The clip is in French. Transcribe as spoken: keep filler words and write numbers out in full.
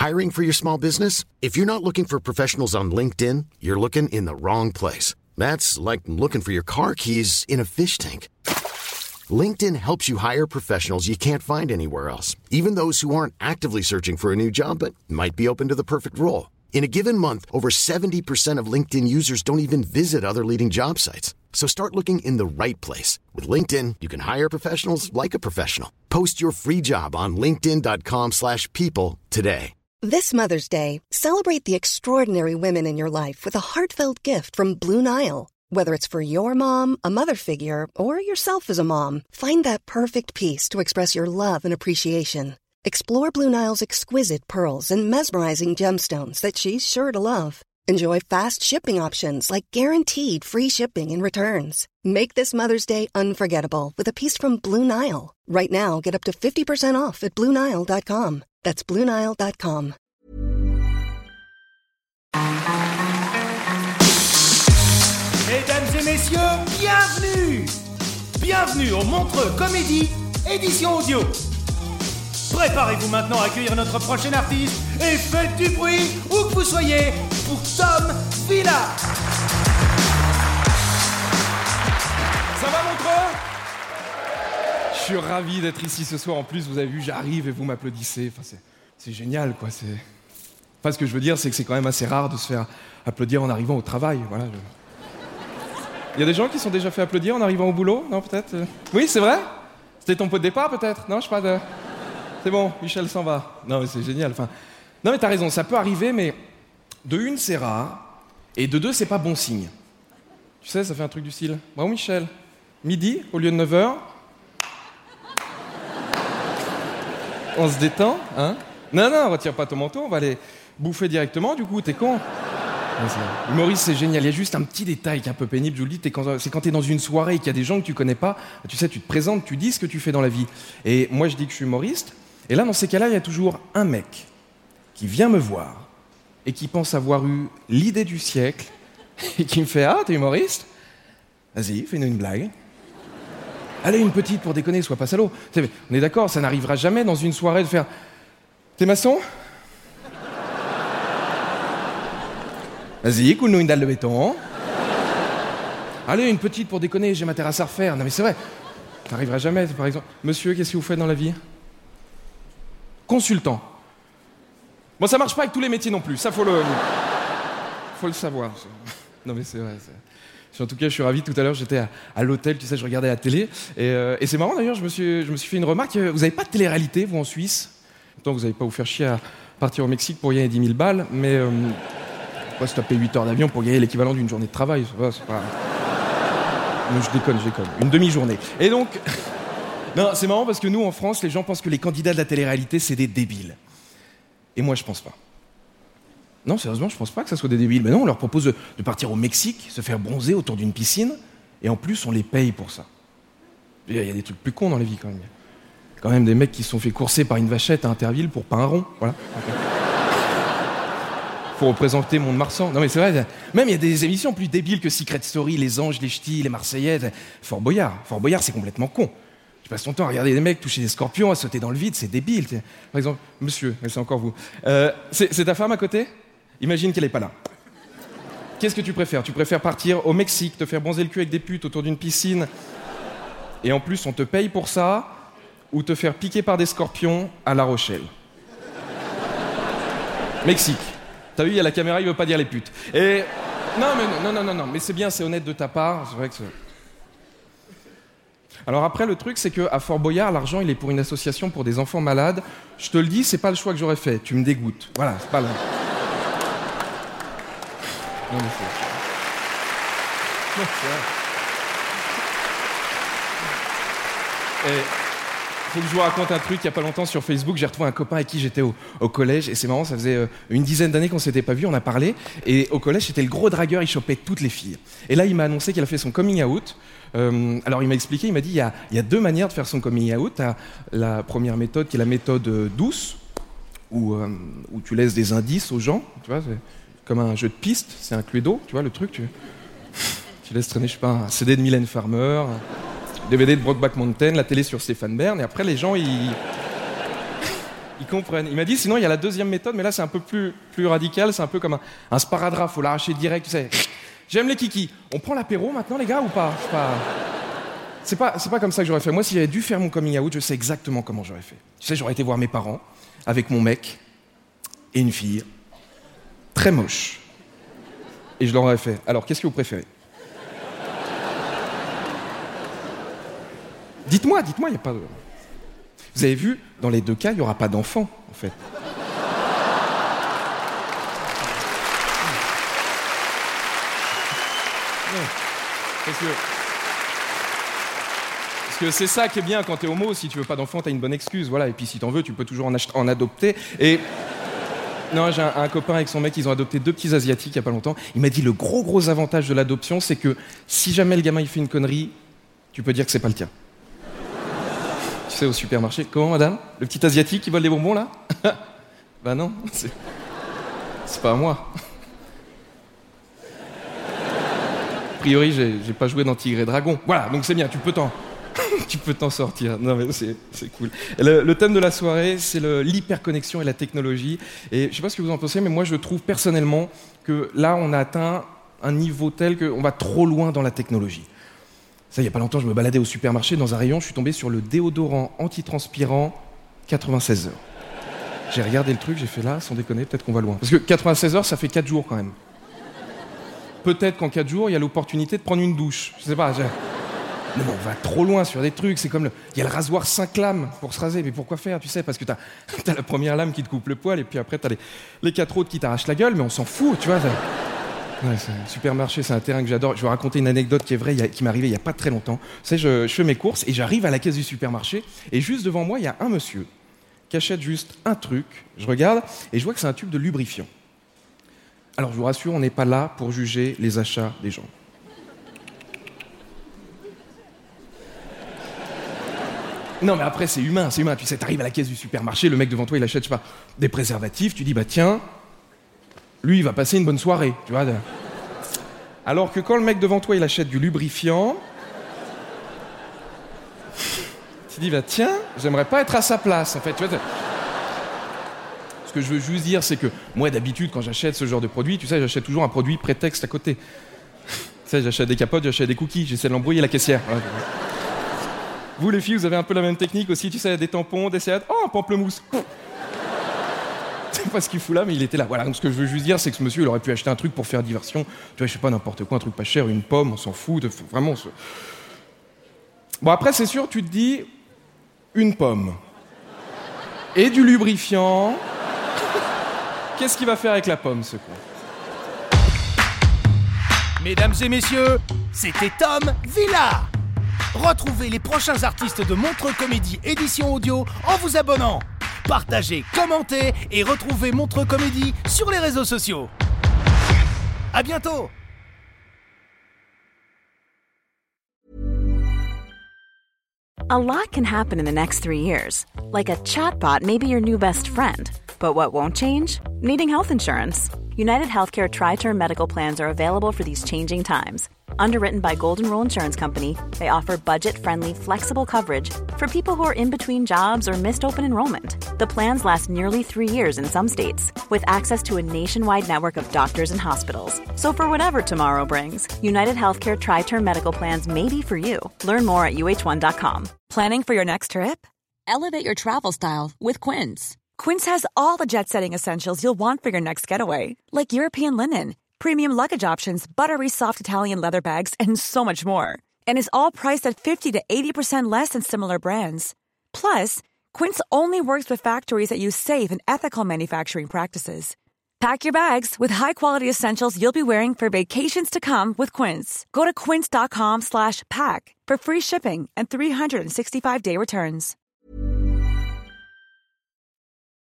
Hiring for your small business? If you're not looking for professionals on LinkedIn, you're looking in the wrong place. That's like looking for your car keys in a fish tank. LinkedIn helps you hire professionals you can't find anywhere else, even those who aren't actively searching for a new job but might be open to the perfect role. In a given month, over seventy percent of LinkedIn users don't even visit other leading job sites. So start looking in the right place. With LinkedIn, you can hire professionals like a professional. Post your free job on linkedin.com slash people today. This Mother's Day, celebrate the extraordinary women in your life with a heartfelt gift from Blue Nile. Whether it's for your mom, a mother figure, or yourself as a mom, find that perfect piece to express your love and appreciation. Explore Blue Nile's exquisite pearls and mesmerizing gemstones that she's sure to love. Enjoy fast shipping options like guaranteed free shipping and returns. Make this Mother's Day unforgettable with a piece from Blue Nile. Right now, get up to fifty percent off at blue nile dot com. That's blue nile dot com. Mesdames et messieurs, bienvenue Bienvenue au Montreux Comédie, édition audio. Préparez-vous maintenant à accueillir notre prochain artiste et faites du bruit, où que vous soyez, pour Tom Villa. Ça va, Montreux ? Je suis ravi d'être ici ce soir. En plus, vous avez vu, j'arrive et vous m'applaudissez. Enfin, c'est, c'est génial, quoi. C'est... Enfin, ce que je veux dire, c'est que c'est quand même assez rare de se faire applaudir en arrivant au travail. Voilà. Je... Il y a des gens qui sont déjà fait applaudir en arrivant au boulot, non, peut-être ? Oui, c'est vrai ? C'était ton pot de départ, peut-être ? Non, je sais pas de... C'est bon, Michel s'en va. Non, mais c'est génial. Enfin... Non, mais t'as raison, ça peut arriver, mais de une, c'est rare, et de deux, c'est pas bon signe. Tu sais, ça fait un truc du style. Bon, Michel, midi, au lieu de neuf heures. On se détend, hein ? Non, non, retire pas ton manteau, on va aller bouffer directement, du coup, t'es con. Maurice, c'est génial. Il y a juste un petit détail qui est un peu pénible, je vous le dis, t'es quand, c'est quand t'es dans une soirée et qu'il y a des gens que tu connais pas, tu sais, tu te présentes, tu dis ce que tu fais dans la vie. Et moi, je dis que je suis humoriste. Et là, dans ces cas-là, il y a toujours un mec qui vient me voir et qui pense avoir eu l'idée du siècle et qui me fait « Ah, t'es humoriste ? Vas-y, fais-nous une blague. » Allez, une petite pour déconner, sois pas salaud. On est d'accord, ça n'arrivera jamais dans une soirée de faire « T'es maçon ? Vas-y, coule-nous une dalle de béton. Allez, une petite pour déconner, j'ai ma terrasse à refaire. » Non mais c'est vrai, ça n'arrivera jamais, par exemple. « Monsieur, qu'est-ce que vous faites dans la vie ? » Consultant. Bon, ça marche pas avec tous les métiers non plus, ça faut le... faut le savoir. Non mais c'est vrai, c'est... En tout cas, je suis ravi, tout à l'heure, j'étais à, à l'hôtel, tu sais, je regardais la télé, et, euh, et c'est marrant d'ailleurs, je me suis, je me suis fait une remarque, vous avez pas de télé-réalité, vous, en Suisse ? Pourtant, vous n'allez pas vous faire chier à partir au Mexique pour gagner dix mille balles, mais... Euh, on va se taper huit heures d'avion pour gagner l'équivalent d'une journée de travail, ça va, c'est pas... Non, je déconne, je déconne. Une demi-journée. Et donc... Non, c'est marrant parce que nous, en France, les gens pensent que les candidats de la télé-réalité, c'est des débiles. Et moi, je pense pas. Non, sérieusement, je pense pas que ça soit des débiles. Mais non, on leur propose de, de partir au Mexique, se faire bronzer autour d'une piscine, et en plus, on les paye pour ça. Il y a des trucs plus cons dans la vie, quand même. Il y a quand même des mecs qui se sont fait courser par une vachette à Interville pour pas un rond, voilà. Okay. Pour représenter Mont-de-Marsan. Non mais c'est vrai, même il y a des émissions plus débiles que Secret Story, Les Anges, Les Ch'tis, Les Marseillaises. Fort Boyard. Fort Boyard, c'est complètement con. Tu passes ton temps à regarder des mecs toucher des scorpions, à sauter dans le vide, c'est débile. Par exemple, monsieur, c'est encore vous. Euh, c'est, c'est ta femme à côté ? Imagine qu'elle est pas là. Qu'est-ce que tu préfères ? Tu préfères partir au Mexique, te faire bronzer le cul avec des putes autour d'une piscine, et en plus on te paye pour ça, ou te faire piquer par des scorpions à La Rochelle ? Mexique. T'as vu, il y a la caméra, il veut pas dire les putes. Et... Non, mais non, non, non, non, mais c'est bien, c'est honnête de ta part, c'est vrai que c'est... Alors après, le truc, c'est qu'à Fort Boyard, l'argent, il est pour une association pour des enfants malades. Je te le dis, c'est pas le choix que j'aurais fait, tu me dégoûtes. Voilà, c'est pas le... Non, mais c'est... Non, c'est vrai. Et... Faut que je vous raconte un truc, il y a pas longtemps sur Facebook, j'ai retrouvé un copain avec qui j'étais au, au collège, et c'est marrant, ça faisait euh, une dizaine d'années qu'on s'était pas vus, on a parlé, et au collège, c'était le gros dragueur, il chopait toutes les filles. Et là, il m'a annoncé qu'il a fait son coming out. Euh, alors, il m'a expliqué, il m'a dit, il y a, il y a deux manières de faire son coming out. T'as la première méthode, qui est la méthode euh, douce, où, euh, où tu laisses des indices aux gens, tu vois, c'est comme un jeu de piste, c'est un Cluedo, tu vois, le truc, tu, tu laisses traîner, je sais pas, un C D de Mylène Farmer, D V D de Brokeback Mountain, la télé sur Stéphane Bern, et après les gens, ils... Ils comprennent. Il m'a dit, sinon, il y a la deuxième méthode, mais là, c'est un peu plus, plus radical. C'est un peu comme un, un sparadrap. Faut l'arracher direct, tu sais. J'aime les kikis. On prend l'apéro maintenant, les gars, ou pas? C'est pas... C'est pas, c'est pas comme ça que j'aurais fait. Moi, si j'avais dû faire mon coming out, je sais exactement comment j'aurais fait. Tu sais, j'aurais été voir mes parents, avec mon mec, et une fille, très moche. Et je leur aurais fait, alors, qu'est-ce que vous préférez? Dites-moi, dites-moi, il n'y a pas de... Vous avez vu, dans les deux cas, il n'y aura pas d'enfant, en fait. Parce que... Parce que c'est ça qui est bien quand t'es homo, si tu veux pas d'enfant, t'as une bonne excuse, voilà. Et puis si t'en veux, tu peux toujours en, ach- en adopter. Et... Non, j'ai un, un copain avec son mec, ils ont adopté deux petits asiatiques il y a pas longtemps. Il m'a dit, le gros gros avantage de l'adoption, c'est que si jamais le gamin il fait une connerie, tu peux dire que c'est pas le tien. Tu sais, au supermarché, comment madame? Le petit asiatique qui vole des bonbons là? Bah non, c'est... c'est pas à moi. A priori, j'ai, j'ai pas joué dans Tigre et Dragon. Voilà, donc c'est bien, tu peux t'en, tu peux t'en sortir. Non mais c'est, c'est cool. Le, le thème de la soirée, c'est le, l'hyperconnexion et la technologie. Et je sais pas ce que vous en pensez, mais moi je trouve personnellement que là, on a atteint un niveau tel qu'on va trop loin dans la technologie. Ça, il y a pas longtemps, je me baladais au supermarché, dans un rayon, je suis tombé sur le déodorant antitranspirant quatre-vingt-seize heures. J'ai regardé le truc, j'ai fait là, sans déconner, peut-être qu'on va loin. Parce que quatre-vingt-seize heures, ça fait quatre jours quand même. Peut-être qu'en quatre jours, il y a l'opportunité de prendre une douche. Je sais pas. Je... Non, on va trop loin sur des trucs. C'est comme le... Il y a le rasoir cinq lames pour se raser. Mais pourquoi faire, tu sais? Parce que t'as... t'as la première lame qui te coupe le poil, et puis après, t'as les, les quatre autres qui t'arrachent la gueule, mais on s'en fout, tu vois. Ça... Ouais, c'est un supermarché, c'est un terrain que j'adore. Je vais raconter une anecdote qui est vraie, qui m'est arrivée il y a pas très longtemps. Tu sais, je, je fais mes courses, et j'arrive à la caisse du supermarché, et juste devant moi, il y a un monsieur qui achète juste un truc. Je regarde, et je vois que c'est un tube de lubrifiant. Alors, je vous rassure, on n'est pas là pour juger les achats des gens. Non, mais après, c'est humain, c'est humain. Tu sais, t'arrives à la caisse du supermarché, le mec devant toi, il achète, je sais pas, des préservatifs, tu dis, bah tiens, lui, il va passer une bonne soirée, tu vois. Alors que quand le mec devant toi, il achète du lubrifiant, tu dis, bah tiens, j'aimerais pas être à sa place, en fait, tu vois. Ce que je veux juste dire, c'est que moi, d'habitude, quand j'achète ce genre de produit, tu sais, j'achète toujours un produit prétexte à côté. Tu sais, j'achète des capotes, j'achète des cookies, j'essaie de l'embrouiller la caissière. Ouais. Vous, les filles, vous avez un peu la même technique aussi, tu sais, des tampons, des céates. Oh, un pamplemousse. C'est pas ce qu'il fout là, mais il était là. Voilà, donc ce que je veux juste dire, c'est que ce monsieur, il aurait pu acheter un truc pour faire diversion. Tu vois, je sais pas, n'importe quoi, un truc pas cher, une pomme, on s'en fout, de... vraiment. Se... Bon, après, c'est sûr, tu te dis, une pomme. Et du lubrifiant... Qu'est-ce qu'il va faire avec la pomme, ce con? Mesdames et messieurs, c'était Tom Villa. Retrouvez les prochains artistes de Montreux Comédie édition audio en vous abonnant. Partagez, commentez et retrouvez Montreux Comédie sur les réseaux sociaux. À bientôt. A lot can happen in the next three years. Like a chatbot may be your new best friend. But what won't change? Needing health insurance. United Healthcare Tri-Term Medical Plans are available for these changing times. Underwritten by Golden Rule Insurance Company, they offer budget-friendly, flexible coverage for people who are in between jobs or missed open enrollment. The plans last nearly three years in some states, with access to a nationwide network of doctors and hospitals. So for whatever tomorrow brings, United Healthcare Tri-Term Medical Plans may be for you. Learn more at U H one dot com. Planning for your next trip? Elevate your travel style with Quince. Quince has all the jet-setting essentials you'll want for your next getaway, like European linen, premium luggage options, buttery soft Italian leather bags, and so much more. And is all priced at fifty to eighty percent less than similar brands. Plus, Quince only works with factories that use safe and ethical manufacturing practices. Pack your bags with high-quality essentials you'll be wearing for vacations to come with Quince. Go to quince dot com slash pack for free shipping and three sixty-five day returns.